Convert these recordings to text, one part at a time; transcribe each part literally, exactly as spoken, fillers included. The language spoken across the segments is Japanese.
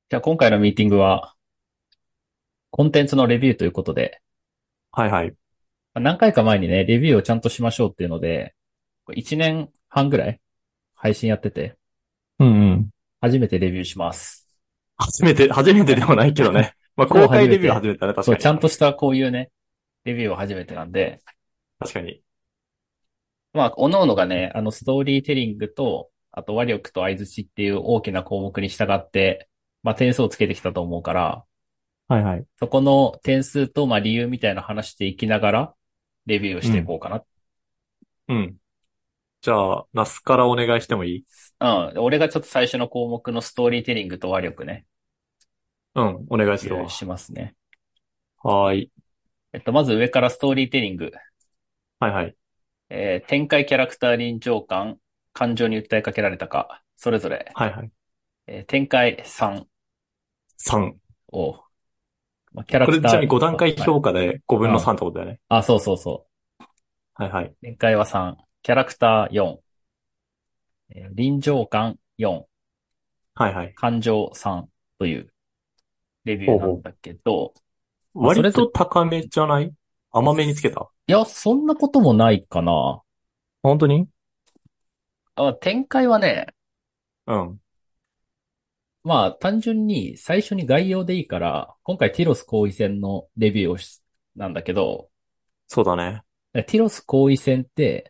じゃあ今回のミーティングはコンテンツのレビューということで、 はいはい。 まあ何回か前にね、レビューをちゃんとしましょうっていうので、いちねんはんぐらい配信やってて、 うんうん。 初めてレビューします。 初めて、初めてでもないけどね。まあ、 もう公開レビューは初めて、 初めてだね、確そう、 かに。 ちゃんとしたこういうね、レビューは初めてなんで、 確かに。 まあ、各々がね、あの、ストーリーテリングと、あと、話力と相槌っていう大きな項目に従って、まあ、点数をつけてきたと思うから、 はいはい。 そこの点数と、まあ、理由みたいな話していきながら、レビューをしていうん。 こうかな。 うん。じゃあ、ナスからお願いしてもいい？ うん。俺がちょっと最初の項目のストーリーテリングと話力ね、 うん、お願いするわ。 共有しますね。 はーい。 えっと、まず上からストーリーテリング。 はいはい。 えー展開キャラクター臨場感、感情に訴えかけられたか、それぞれ。 はいはい。 えー展開さんさん。 を、まあ、キャラこれちなみにクター、 ご段階はい。 評価でごぶんのうん。 さんってことだよね。 あ、そうそうそう。 はいはい。 展開はさん。キャラクターよん。えー臨場感よん。 はいはい。 感情さんというレビュほうほーなんだけど、 う。 まあ、そ割れぞれ、 と高めじゃない？甘めにつけた？ いや、そんなこともないかな。 本当に？ あ、展開はね、 うん。 まあ、単純に最初に概要でいいから、今回ティロス後遺戦のレビューをし、なんだけど、 そうだね。 ティロス後遺戦って、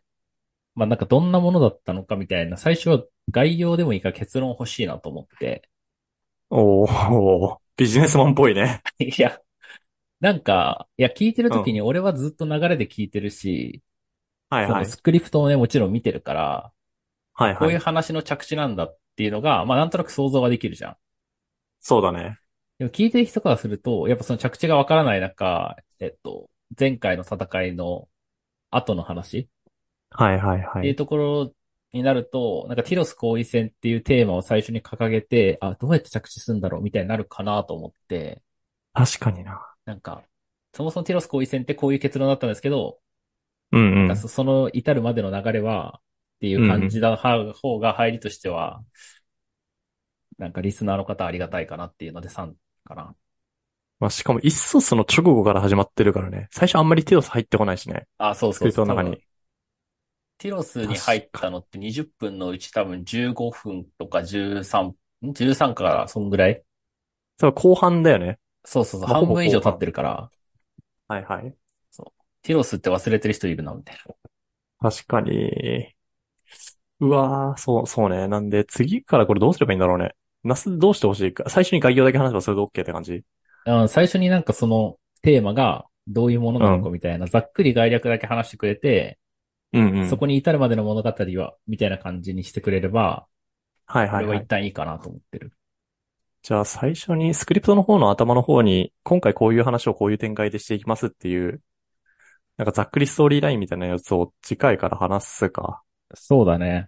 まあなんかどんなものだったのかみたいな、最初は概要でもいいから結論欲しいなと思って。 おー、ビジネスマンっぽいね。 いや、なんか、いや、聞いてるうん。 時に俺はずっと流れで聞いてるし、そのはいはい。 スクリプトをね、もちろん見てるから、あ、こういうはいはい。 話の着地なんだっていうのが、まあなんとなく想像はできるじゃん。 そうだね。 でも聞いてる人からすると、やっぱその着地がわからない中、えっと、前回の戦いの後の話はいはいはい。 っていうところになると、なんかティロス後遺戦っていうテーマを最初に掲げて、あ、どうやって着地するんだろうみたいになるかなと思って、 確かにな。 なんか、そもそもティロス後遺戦ってこういう結論だったんですけど、 うんうん。 なんかそその至るまでの流れは、っていううんうん。 感じだ方が入りとしては、なんかリスナーの方ありがたいかなっていうのでさんかな。 まあ、しかも、いっそその直後から始まってるからね。最初あんまりティロス入ってこないしね。 あ、そうスクリプそうそう。多分、 トの中に。 ティロスに確入っかに。 たのってにじゅっぷんのうち多分じゅうごふんとかじゅうさん、ん じゅうさん からそんぐらい。 それは後半だよね。 そうそうそう。 まあ、ほ半分以上経ってぼ後半。 るから、 はいはい。 そう。ティロスって忘れてる人いるな、みたいな。 確かに。うわー、そう、そうね。なんで、次からこれどうすればいいんだろうね。ナスどうしてほしいか。最初に概要だけ話せばそれで OK って感じ？ うん、最初になんかそのテーマがどういうものなのかうん。 みたいな、ざっくり概略だけ話してくれて、 うんうん。 そこに至るまでの物語は、みたいな感じにしてくれれば、俺は一はいはいはい。 旦いいかなと思ってる。 じゃあ最初にスクリプトの方の頭の方に、今回こういう話をこういう展開でしていきますっていう、なんかざっくりストーリーラインみたいなやつを次回から話すか。 そうだね。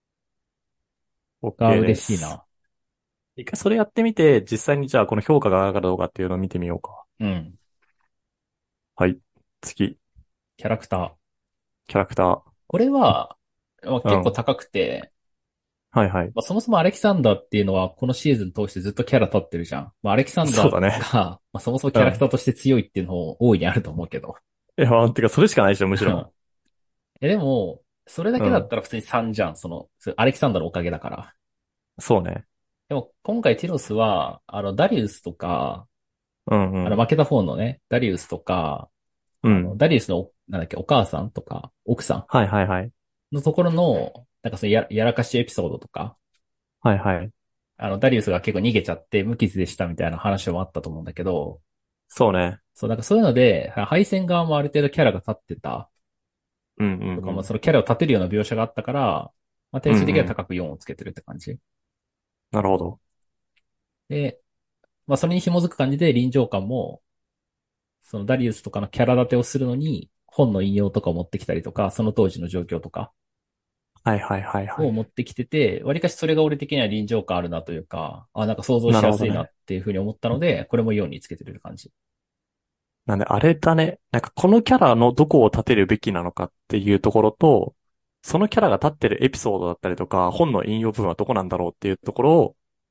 が OK です。 嬉しいな。 一回それやってみて、実際にじゃあこの評価が上がるかどうかっていうのを見てみようか。 うん。 はい。次。 キャラクター。 キャラクター。 これは、まあ、 うん。 結構高くて、 はいはい。 まあ、そもそもアレキサンダーっていうのはこのシーズン通してずっとキャラ立ってるじゃん。まあ、アレキサンダーそうだね。 が、まあ、そもそもキャラクうん。 ターとして強いっていうのも大いにあると思うけど。 いや、てかそれしかないでしょ、むしろ。 え、でも、それだけだっうん。 たら普通にさんじゃん。その、それアレキサンダーのおかげだから。 そうね。 でも、今回ティロスは、あの、ダリウスとか、 うんうあの、 ん。 負けた方のね、ダリウスとか、あの、 うん。 ダリウスの、なんだっけ、お母さんとか、奥さはいはいはい。 んのところの、なんかそういうや、やらかしエピソードとか、 はいはい。 あの、ダリウスが結構逃げちゃって無傷でしたみたいな話もあったと思うんだけど、 そうね。 そう、なんかそういうので、敗戦側もある程度キャラが立ってたうんうとか、まあ、 んうん。 そのキャラを立てるような描写があったから、まあ、点数的にはうんうん。 高くよんをつけてるって感じ。 なるほど。 で、まあ、それに紐づく感じで臨場感も、そのダリウスとかのキャラ立てをするのに、本の引用とかを持ってきたりとか、その当時の状況とかはいはいはいはい。 を持ってきてて、わりかしそれが俺的には臨場感あるなというか、あ、なんか想像なしやすいなっるほどね。 ていうふうに思ったので、これもよんにつけてる感じ。 なんであれだね。なんかこのキャラのどこを立てるべきなのかっていうところと、そのキャラが立ってるエピソードだったりとか、本の引用部分はどこなんだろうっていうところを、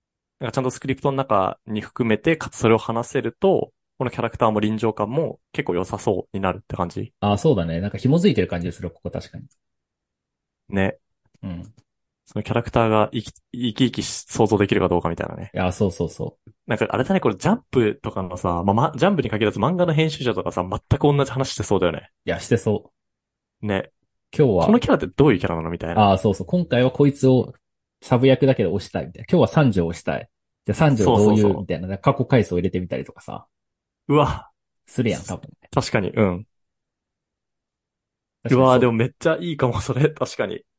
なんかちゃんとスクリプトの中に含めて、かつそれを話せると、このキャラクターも臨場感も結構良さそうになるって感じ。 ああ、そうだね。なんか紐づいてる感じでする、ここ確かに。 ね。 うん。 そのキャラクターが生き、生き生きし想像できるかどうかみたいなね。 いや、そうそうそう。 なんかあれだね、これジャンプとかのさ、まあ、ま、ジャンプに限らず漫画の編集者とかさ、全く同じ話してそうだよね。 いや、してそう。 ね。 今日は、 このキャラってどういうキャラなのみたいな。 ああ、そうそう。今回はこいつをサブ役だけど押したいみたいな。今日は三条押したい。じゃあ三条そうどうそうそいうみたいな。過去回数を入れてみたりとかさ。 う。うわ、 するやん、多分。 確かに、うん。うわ、で確かにそう。 もめっちゃいいかも、それ。確かに。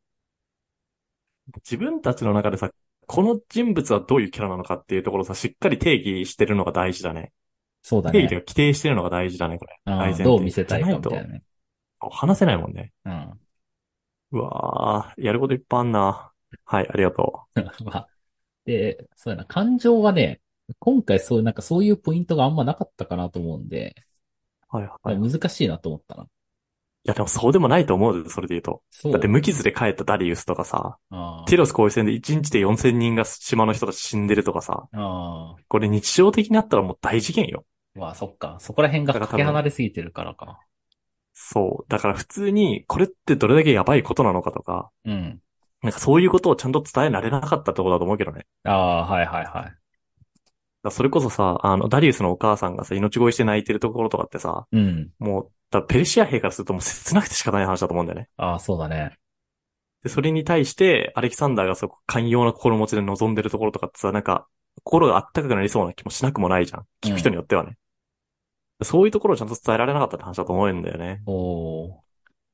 自分たちの中でさ、この人物はどういうキャラなのかっていうところをさ、しっかり定義してるのが大事だね。定義というそうだね。 か規定してるのが大事だね、これ。大うん、 前提。 どう見せたいじゃないと、 かみたいなね。 話せないもんね。 うん。 うわー、やることいっぱいあんな。はい、ありがとまあ、で、そうやな、感情はね、今回そう、なんかそういうポイントがあんまなかったかなと思うんで、 う。はいはいはい。 難しいなと思ったな。 いや、でもそうでもないと思うで、それで言うと。だってそ無傷で帰ったダリウスとかさ、 う。あティロス交易戦でいちにちでよんせんにんが島の人たち死んでるとかさ、 あ、ああ、 これ日常的になったらもう大事件よ。 まあそっか。そこら辺がかけ離だから多分、 れすぎてるからか。 そう。だから普通に、これってどれだけやばいことなのかとか、 うん。 なんかそういうことをちゃんと伝えられなかったってことだと思うけどね。 ああ、はいはいはい。 だからそれこそさ、あの、ダリウスのお母さんがさ、命乞いして泣いてるところとかってさ、 うん。 もう、だペルシア兵からするともう切なくて仕方ない話だと思うんだよね。 ああ、そうだね。 で、それに対して、アレキサンダーがそこ、寛容な心持ちで望んでるところとかってさ、なんか、心があったかくなりそうな気もしなくもないじゃん。聞く人にうん。 よってはね。そういうところをちゃんと伝えられなかったって話だと思うんだよね。 おー。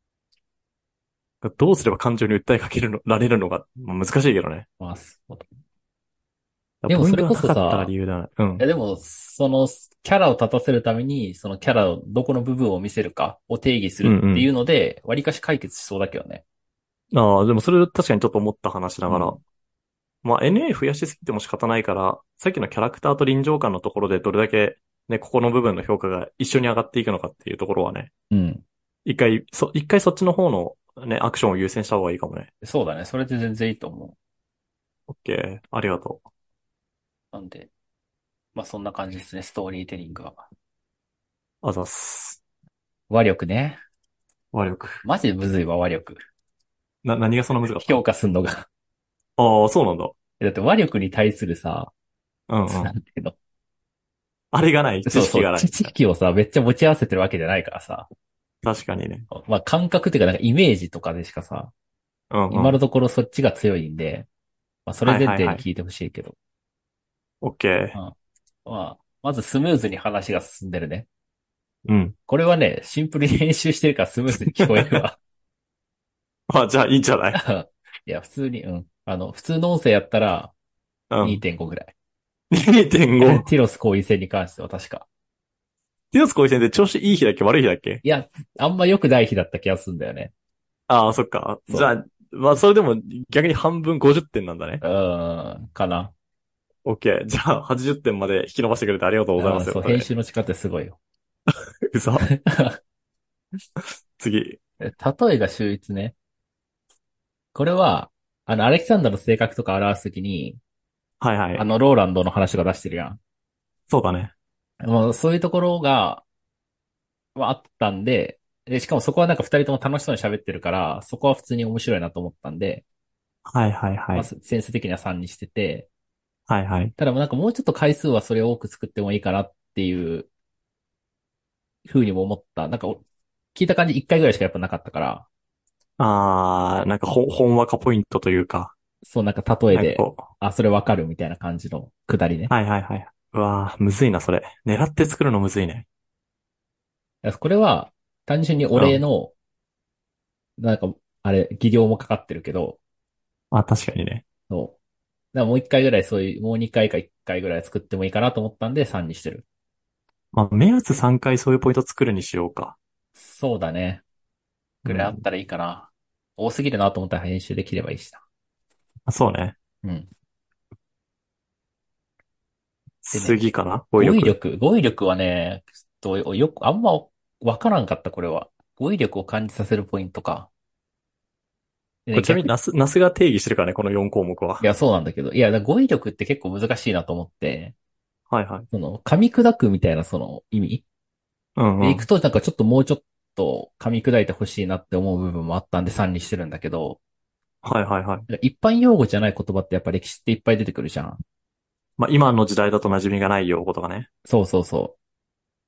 どうすれば感情に訴えかけるの、られるのが、まあ難しいけどね。 まあ、そうだだからポイントがでもそれこなかったがそさ、 理由だな。うん。 いやでも、そのキャラを立たせるために、そのキャラをどこの部分を見せるかを定義するっていううんので、割かし解決しそうだけどね。 うん。ああ、でもそれ確かにちょっと思った話ながら。 うん。 まあ エヌエー 増やしすぎても仕方ないから、さっきのキャラクターと臨場感のところでどれだけね、ここの部分の評価が一緒に上がっていくのかっていうところはね、 うん。 一回、そ、一回そっちの方のね、アクションを優先した方がいいかもね。 そうだね。それで全然いいと思オッケー。ありがとう。なんで、まあそんな感じですね、ストーリーテリングは。 う。あざっす。 話力ね。 和力。 マジでむずいわ、話力。 な、何がそんな難かったの？ 評価すんのが。 ああ、そうなんだ。 だって話力に対するさ、 うんうん。 なんていうの。 あれがない。知そうそう、 識がない。 知識をさ、めっちゃ持ち合わせてるわけじゃないからさ。 確かにね。 まあ感覚っていうかなんかイメージとかでしかさ、 うんうん。 今のところそっちが強いんで、まあそれ前はいはいはい。 提で聞いてほしいけど。 オッケー。 うん。まあ、まずスムーズに話が進んでるね。 うん。 これはね、シンプルに編集してるからスムーズに聞こえるわ。 まあ、じゃあいいんじゃない？ いや、普通に、うん。あの、普通の音声やったらうん。 にてんごぐらい。 にてんご。 ティロス後遺戦に関しては確か。 ティオス高専で調子いい日だっけ悪い日だっけ？ いや、あんま良くない日だった気がするんだよね。 ああ、そっか。じゃそあ、まあ、それでも逆に半分ごじゅってんなんだね。 う。うーん、かな。 オッケー。じゃあ、はちじゅってんまで引き伸ばしてくれてありがとうございますよ、 うん、そう、編それ。 集の仕方すごいよ。 うざ。次。 例えが秀逸ね。これは、あの、アレキサンダーの性格とか表すときに、 はいはい。 あの、ローランドの話が出してるやん。 そうだね。 もうそういうところが、はあったんで、で、しかもそこはなんか二人とも楽しそうに喋ってるから、そこは普通に面白いなと思ったんで、 はいはいはまあ、 い。 センス的にはさんにしてて、 はいはい。 ただもうなんかもうちょっと回数はそれを多く作ってもいいかなっていうふうにも思った。なんか、聞いた感じいっかいぐらいしかやっぱなかったから、 あー、なんかほ、ほんわかポイントというか、 そうなんか例えで、 なんかこう、 あ、それわかるみたいな感じのくだりね。 はいはいはい。うわー、むずいな、それ。狙って作るのむずいね。 これは、単純におうん。 礼の、なんか、あれ、技量もかかってるけど、 まあ確かにね。 そう。だからもういっかいぐらいそういう、もうにかいかいっかいぐらい作ってもいいかなと思ったんでさんにしてる。 まあ、目安さんかいそういうポイント作るにしようか。 そうだね。 うん。 ぐらいあったらいいかな。多すぎるなと思ったら編集できればいいしな。 あ、そうね。 うん。でね、 次かな語彙力。 語彙力。語彙力はね、ちょっとよく、あんまわからんかった、これは。語彙力を感じさせるポイントか。 でね、 これちなみに逆、いナス、ナスが定義してるからね、このよん項目は。 や、そうなんだけど、いや、だから語彙力って結構難しいなと思って、 はいはい。 その、噛み砕くみたいなその意味で、 うんうん。 いくとなんかちょっともうちょっと噛み砕いてほしいなって思う部分もあったんでさんにしてるんだけど、 はいはいはい。 一般用語じゃない言葉ってやっぱ歴史っていっぱい出てくるじゃん。 まあ今の時代だと馴染みがない用語とかね。 そうそうそう。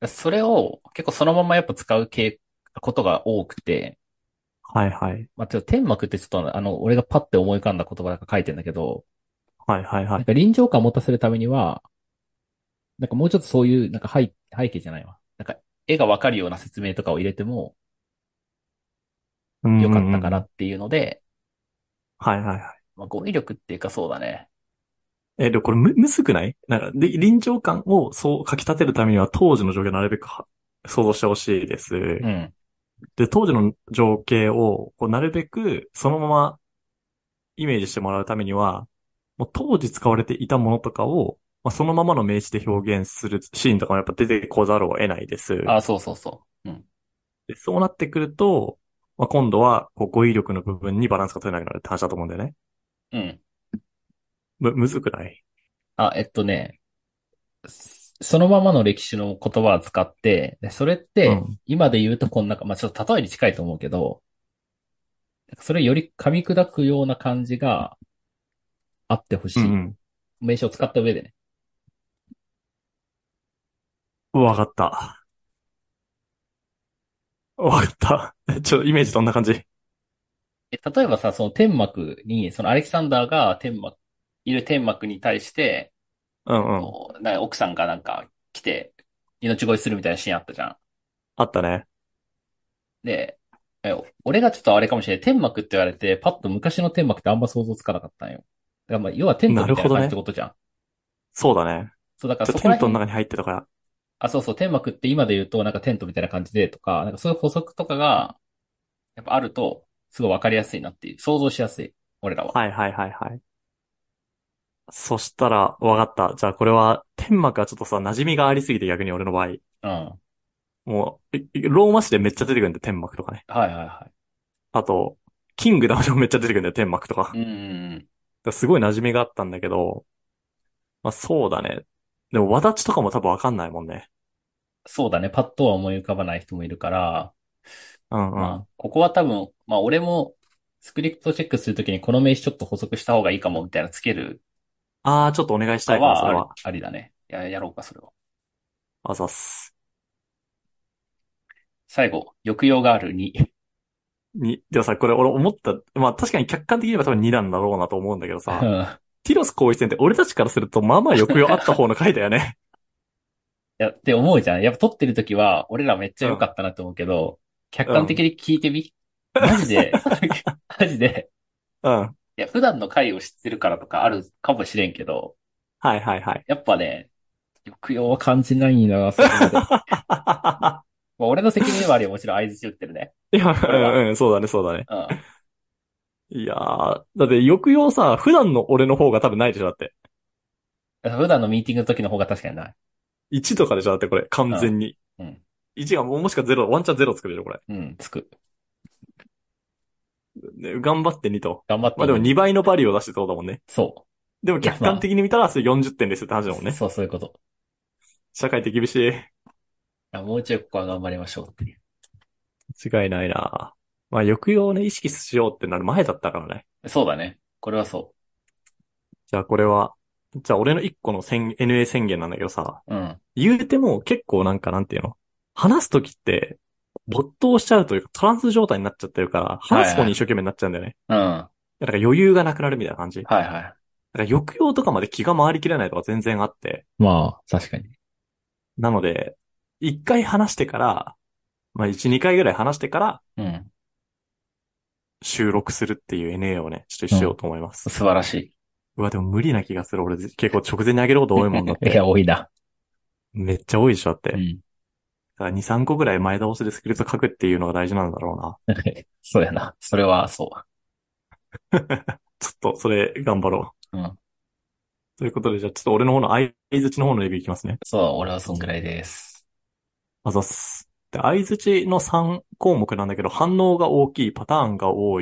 それを結構そのままやっぱ使う系、ことが多くて、 はいはい。 まあ、ちょっと天幕ってちょっとあの、俺がパッて思い浮かんだ言葉なんか書いてんだけど、 はいはいはい。 なんか臨場感を持たせるためには、なんかもうちょっとそういう、なんか背、背景じゃないわ。なんか絵がわかるような説明とかを入れてもうんよかっうんうんうん。 たかなっていうので、 はいはいはい。 まあ、語彙力っていうかそうだね。 え、でもこれむ、むずくないなんか、で、臨場感をそう書き立てるためには当時の状況をなるべくは想像してほしいです。 うん。 で、当時の情景を、こう、なるべくそのままイメージしてもらうためには、もう当時使われていたものとかを、まあ、そのままの名詞で表現するシーンとかもやっぱ出てこざるを得ないです。 あ、そうそうそう。うん。 で、そうなってくると、まあ、今度は、こう、語彙力の部分にバランスが取れなくなるって話だと思うんだよね。 うん。 む、むずくない？ あ、えっとね、そのままの歴史の言葉を使って、でそれってうん。 今で言うとこんなか、まあ、ちょっと例えに近いと思うけど、それより噛み砕くような感じがあってほしい。 うん名詞を使った上でね。 うん。わかった。わかった。ちょ、イメージどんな感じ？ え、例えばさ、その天幕に、そのアレキサンダーが天幕、いる天幕に対して、 うんうん。 こうな奥さんがなんか来て、命乞いするみたいなシーンあったじゃん。 あったね。 で、え俺がちょっとあれかもしれない。天幕って言われて、パッと昔の天幕ってあんま想像つかなかったんよ。だからまあ、要はテントなみたいな感じってるほどね。 ことじゃん。 そうだね。 そう、だからじゃ、 そこら辺、 テントの中に入ってたから。 あ、そうそう、天幕って今で言うとなんかテントみたいな感じでとか、なんかそういう補足とかが、やっぱあると、すごいわかりやすいなっていう、想像しやすい。俺らは。 はいはいはいはい。そしたら、わかった。じゃあこれは、天幕はちょっとさ、馴染みがありすぎて逆に俺の場合。 うん。はいもう、いローマ字でめっちゃ出てくるんだよ、天幕とかね。 はいはあと、キングダムでもめっちゃ出てくるんだよ、天幕とか。だかい。うんうんうん。 らすごい馴染みがあったんだけど、まあそうだね。でも、わだちとかも多分わかんないもんね。 そうだね。パッとは思い浮かばない人もいるから、 うんうん。 まあ、ここは多分、まあ俺も、スクリプトチェックするときにこの名詞ちょっと補足した方がいいかもみたいなつけるあー、ちょっとお願いしたいかも、そかはあり、 れは。 ありだね。や、やろうか、それは。 あざっす。 最後、抑揚があるに。 に、でもさ、これ俺思った、まあ確かに客観的に言えば多分になんだろうなと思うんだけどさ、ティロス光一戦って俺たちからするとまあまあ抑揚あった方の回だよね。 いや、って思うじゃん。やっぱ撮ってる時は、俺らめっちゃ良かうん。 ったなって思うけど、客うん。 観的に聞いてみ。マジで、マジで、 うん。 いや、普段の回を知ってるからとかあるかもしれんけど、 はいはいはい。 やっぱね、抑揚は感じないな、そこまで。まあ、俺の責任ではあるよ。もちろん相槌打ってるね。 いや、 これは。 うんうん、そうだね、そうだね。 うん。 いやー、だって抑揚さ、普段の俺の方が多分ないでしょ、だって。 普段のミーティングの時の方が確かにない。 いちとかでしょ、だってこれ、完うん。 全に。 うん。 いちがもうもしかゼロ、ワンチャンゼロ作るでしょ、これ。 うん。つく。 ね、頑張ってにと。 頑張ってに。 まあでもにばいのバリューを出してってことだもんね。 そでもう。いや、 客観ま的に見たらそれよんじゅってんですって話だもんあ、 ね。 そう、そういうこと。 社会って厳しい。 あもうちょいここは頑張りましょうっていう。 違いないな。まあ抑揚をね、意識しようってなる前だったからね。 そうだね。これはそじゃあこれは、じゃあ俺のいっこの宣 エヌエー 宣言なんだけどさ、 う。うん。 言うても結構なんかなんていうの、話すときって没頭しちゃうというかトランス状態になっちゃってるから、話す方はいはい。 に一生懸命になっちゃうんだよね。 うん。はだから余裕がなくなるみたいな感じ。だいはい。 から抑揚とかまで気が回りきれないとか全然あって。 まあ、確かに。 なので、一回話してから、まあ一、二回ぐらい話してからうん。 収録するっていう エヌエー をね、ちょっとしよううん。 と思います。 素晴らしうわ、でも無理な気がする。俺結構直前にあげること多いもんだっい。いや、 て。 多いな。 めっちゃ多いでしょ、だって。 うん。 だからに、さんこぐらい前倒しでスクリプト書くっていうのが大事なんだろうな。 そうやな。それはそちょっと、それ、頑張ろう。うん。 う。ということで、じゃあ、ちょっと俺の方の相槌の方のレビューいきますね。 そう、俺はそんぐらいです。 あざっす。で、相槌のさん項目なんだけど、反応が大きい、パターンが多い、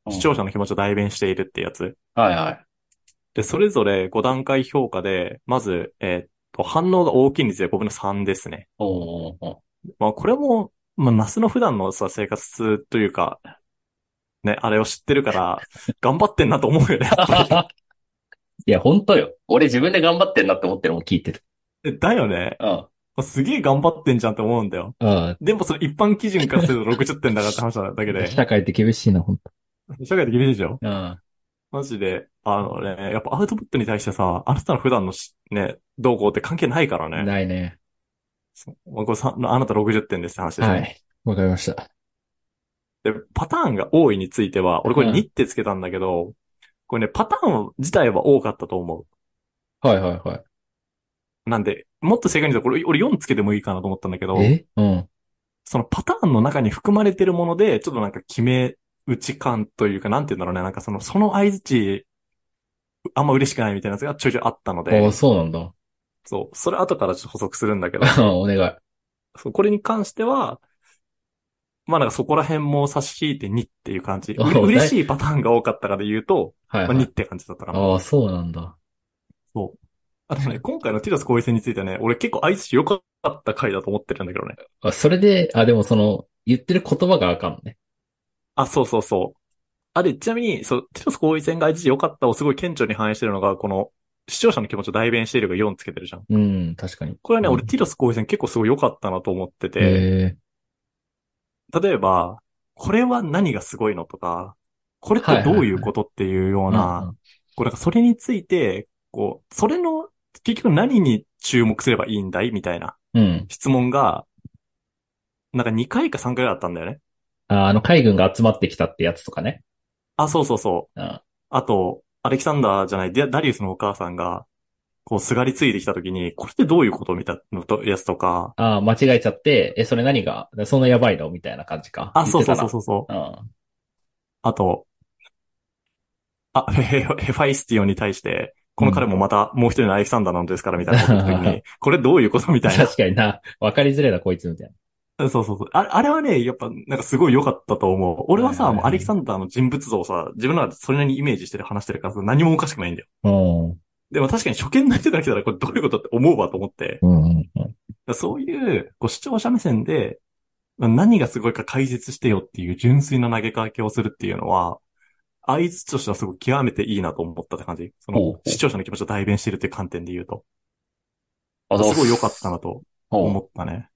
うん。 視聴者の気持ちを代弁しているってやつ。 はいはい。 で、それぞれご段階評価で、まず、えーっと、反応が大きいんですよ。僕のさんですね。 おーおまあ、これも、まあ、ナスの普段のさ、生活というか、ね、あれを知ってるから、頑張ってんなと思うよね、やっぱり。 ー。いや、ほんとよ。俺自分で頑張ってんなって思ってるもん聞いてる。 えだよね。 うん。 すげえ頑張ってんじゃんって思うんだよ。 うん。 でもそれ一般基準からするとろくじゅってんだからって話なだけで、 社会って厳しいな、ほんと。 社会って厳しいでしょ？ うん。 マジで、あのね、やっぱアウトプットに対してさ、あなたの普段のしね、動向って関係ないからね。 ないね。 そうまあこれさ、あなたろくじゅってんですって話でしょ？ はい。わかりました。 で、パターンが多いについては、俺これにうん。 ってつけたんだけど、これね、パターン自体は多かったと思はいはいはう。なんで、もっと正確に言うと、これ俺よんつけてもいいかなと思ったんだけい。 ど、 えうん。 そのパターンの中に含まれてるもので、ちょっとなんか決め打ち感というか、なんて言うんだろうね、なんかその、その相槌、あんま嬉しくないみたいなやつがちょいちょいあったのああ、 で、 そうなんだ。 そう、それ後からちょっと補足するんだけど、 お願い。はそうこれに関しては、まあなんかそこら辺も差し引いてにっていう感じ。うれ、 おだい、 嬉しいパターンが多かったかで言うと、まあにはいはい。 って感じだったかな。 ああ、そうなんだ。 そう。あとね、今回のティラス攻撃戦についてはね、俺結構相槌良かった回だと思ってるんだけどね。 あ、それで、あ、でもその、言ってる言葉があかんのね。 あ、そうそうそう。あれ、ちなみに、そう、ティラス攻撃戦が相槌良かったをすごい顕著に反映してるのが、この、視聴者の気持ちを代弁しているがよんつけてるじゃん。 うん、確かに。 これはね、俺うん。 ティラス攻撃戦結構すごい良かったなと思ってて、 ええ例えば、これは何がすごいのとか、これってはいどうはいはい。 いうことっていうよううんうな、 ん。 こうなんかそれについて、こう、それの、結局何に注目すればいいんだいみたいなうん。 質問が、なんかにかいかさんかいあったんだよね。 あ、あの海軍が集まってきたってやつとかね。 あ、そうそうそう。 うん。 あと、アレキサンダーじゃない、ダダリウスのお母さんが、こう、すがりついてきたときに、これってどういうことみたいなのと、やつとか、 ああ、間違えちゃって、え、それ何が、そんなやばいのみたいな感じか。 あ、そうそうそう言ってたな。 そうそう。 うん。 あと、あ、ヘヘヘファイスティオンに対して、この彼うん。 もまたもう一人のアレキサンダーなのですからみたいなこと言ったときに、これどういうことみたいな。 確かにな。わかりづれえな、こいつみたいそうそうそう。あれ、あれはね、やっぱなんかすごい良かったと思う。俺な。はいはさ、もうアレキサはいはい。 ンダーの人物像をさ、自分の中でそれなりにイメージしてる話してるからさ、何もおかしくないんだよ。 うん。 でも確かに初見の人から来たらこれどういうことって思うわと思って。 うんうんうん。 そういう、こう視聴者目線で、何がすごいか解説してよっていう純粋な投げかけをするっていうのは、相槌としてはすごく極めていいなと思ったって感じ。その、 ほうほう。 視聴者の気持ちを代弁してるっていう観点で言うと。 あざっすごい良かったなす。 と思ほったね。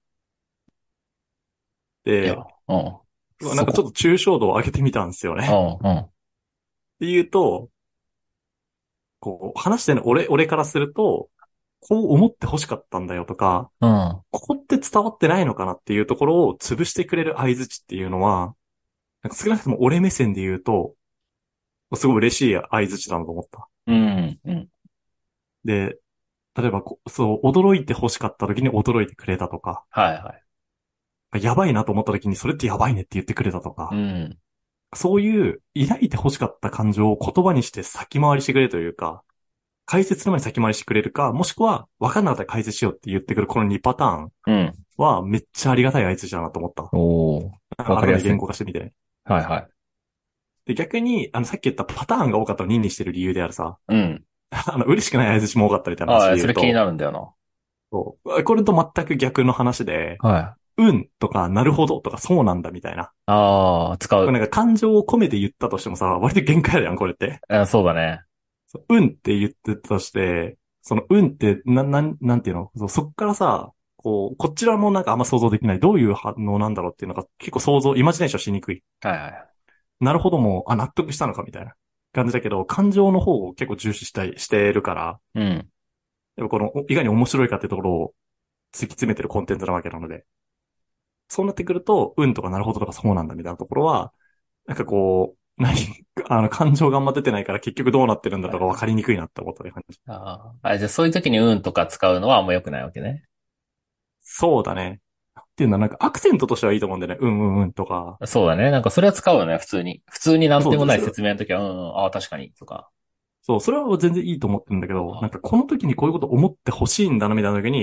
う。いや、 で、 うん。 なんかちょっとそこ。 抽象度を上げてみたんですよね。 うんうん。 っていうと、こう、話してね、俺、俺からすると、こう思って欲しかったんだよとか、 うん。 ここって伝わってないのかなっていうところを潰してくれる相槌っていうのは、なんか少なくとも俺目線で言うと、すごい嬉しい相槌だなと思った。 うん。うん。 で、例えばこう、そう、驚いて欲しかった時に驚いてくれたとか、 はいはい。 やばいなと思った時にそれってやばいねって言ってくれたとか、 うん。 そういう抱いて欲しかった感情を言葉にして先回りしてくれるというか、解説する前に先回りしてくれるか、もしくは分かんなかったら解説しようって言ってくるこのにパターンうん。 はめっちゃありがたい相槌だなと思った。 おー。わかりやすい。 改めて言語化してみてね。 はいはい。 で、逆に、あの、さっき言ったパターンが多かったのをににしてる理由であるさ、 うん。 あの、嬉しくない相槌も多かったみたいな話ああ、 で言うと、 それ気になるんだよな。 そう。これと全く逆の話で、 はい。 うんとか、なるほどとか、そうなんだみたいな。 ああ、使う。 これなんか感情を込めて言ったとしてもさ、割と限界あるやん、これって。 あ、そうだね。 そううんって言ってたとして、そのうんって、な、なん、なんていうのそう、そっからさ、こう、こちらもなんかあんま想像できない。どういう反応なんだろうっていうのが結構想像、イマジネーションしにくい。 はいはい。 なるほどもう、あ、納得したのかみたいな感じだけど、感情の方を結構重視したい、してるから、 うん。 やっぱこの、いかに面白いかっていうところを突き詰めてるコンテンツなわけなので、そうなってくると、うんとかなるほどとかそうなんだみたいなところは、なんかこう、何、あの、感情があんま出てないから結局どうなってるんだとか分かりにくいなって思ったって感じ。 ああ。あ、じゃあそういう時にうんとか使うのはあんま良くないわけね。 そうだね。っていうのはなんかアクセントとしてはいいと思うんだよね。うんうんうんとか。 そうだね。なんかそれは使うよね、普通に。普通になんそう、 でもないそれ、 説明の時は、うん、うん、ああ、確かに、とか。 そう、それは全然いいと思ってるんだけど、なんあかこの時にこういうこと思ってほしいんだなみたいな時に、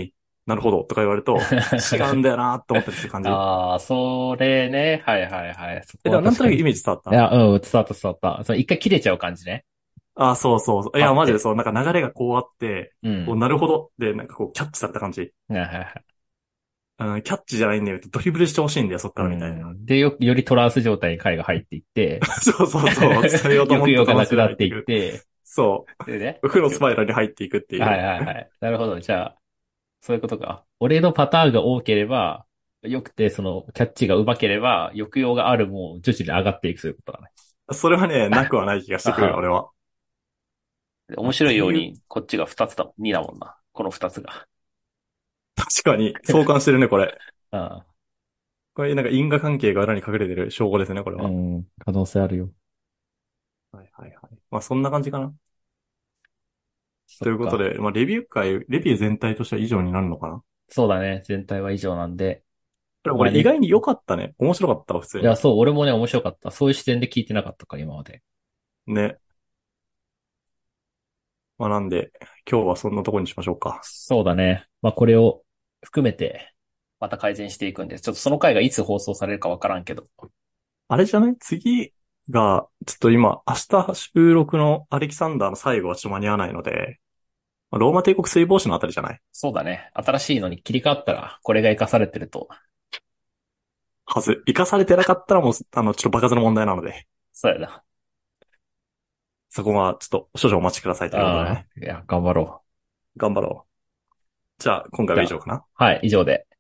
なるほどとか言われると、違うんだよなと思ったりする感じ。 ああ、それね。はいはいはい。そえ、 こでもなんは確かに。いとなくイメージ伝わった？ や、うん、伝わった伝わった。その一回切れちゃう感じね。 あ、そうそうそう。いや、 パって。 マジでそう、なんか流れがこうあって、こう、 うん。 なるほどで、なんかこう、キャッチされた感じ。 はいはいはい。 うん、キャッチじゃないんだよ。ドリブルしてほしいんだよ、そっかうらみたいな。 ん。で、よ、よりトランス状態に貝が入っていって、 そうそうそう。伝えようと思った抑揚がなく楽しみなっていっが入っていく。 て、 そでね。 う。負のスパイラルに入っていくっていう。 はいはいはい。なるほど。じゃあ、そういうことか。俺のパターンが多ければ、良くて、その、キャッチが上手ければ、抑揚があるもん、徐々に上がっていく、そういうことだね。 それはね、なくはない気がしてくる、 あは俺は。 面っていう、 白いように、こっちが二つだもん。二だもんな。この二つが。 確かに相関してるね、これ。 ああ、 これなんか因果関係が裏に隠れてる証拠ですね、これは。 うん、可能性あるよ。 はいはいはい。まあそんな感じかな。ということそっか。 で、まあレビュー会、レビュー全体としては以上になるのかな。 そうだね。全体は以上なんで。 でもこまあ、レ、 れ意外に良かったね。面白かったわ、普通いや、 に。 そう、俺もね、面白かった。そういう視点で聞いてなかったから、今まで。 ね。まあなんで、今日はそんなところにしましょうか。 そうだね。まあ、これを含めて、また改善していくんで、ちょっとその回がいつ放送されるかわからんけど。 あれじゃない次が、ちょっと今、明日収録のアレキサンダーの最後はちょっと間に合わないので、まあローマ帝国水防止のあたりじゃない？ そうだね。新しいのに切り替わったら、これが活かされてると。 はず。生かされてなかったらもう、あの、ちょっと場数の問題なので、 そうやな。 そこはちょっと少々お待ちくださいということでああ、 ね。 いや、頑張ろ頑張ろう。じゃあ、今う。 回じゃあ、 は以上かな。 はい、以上で。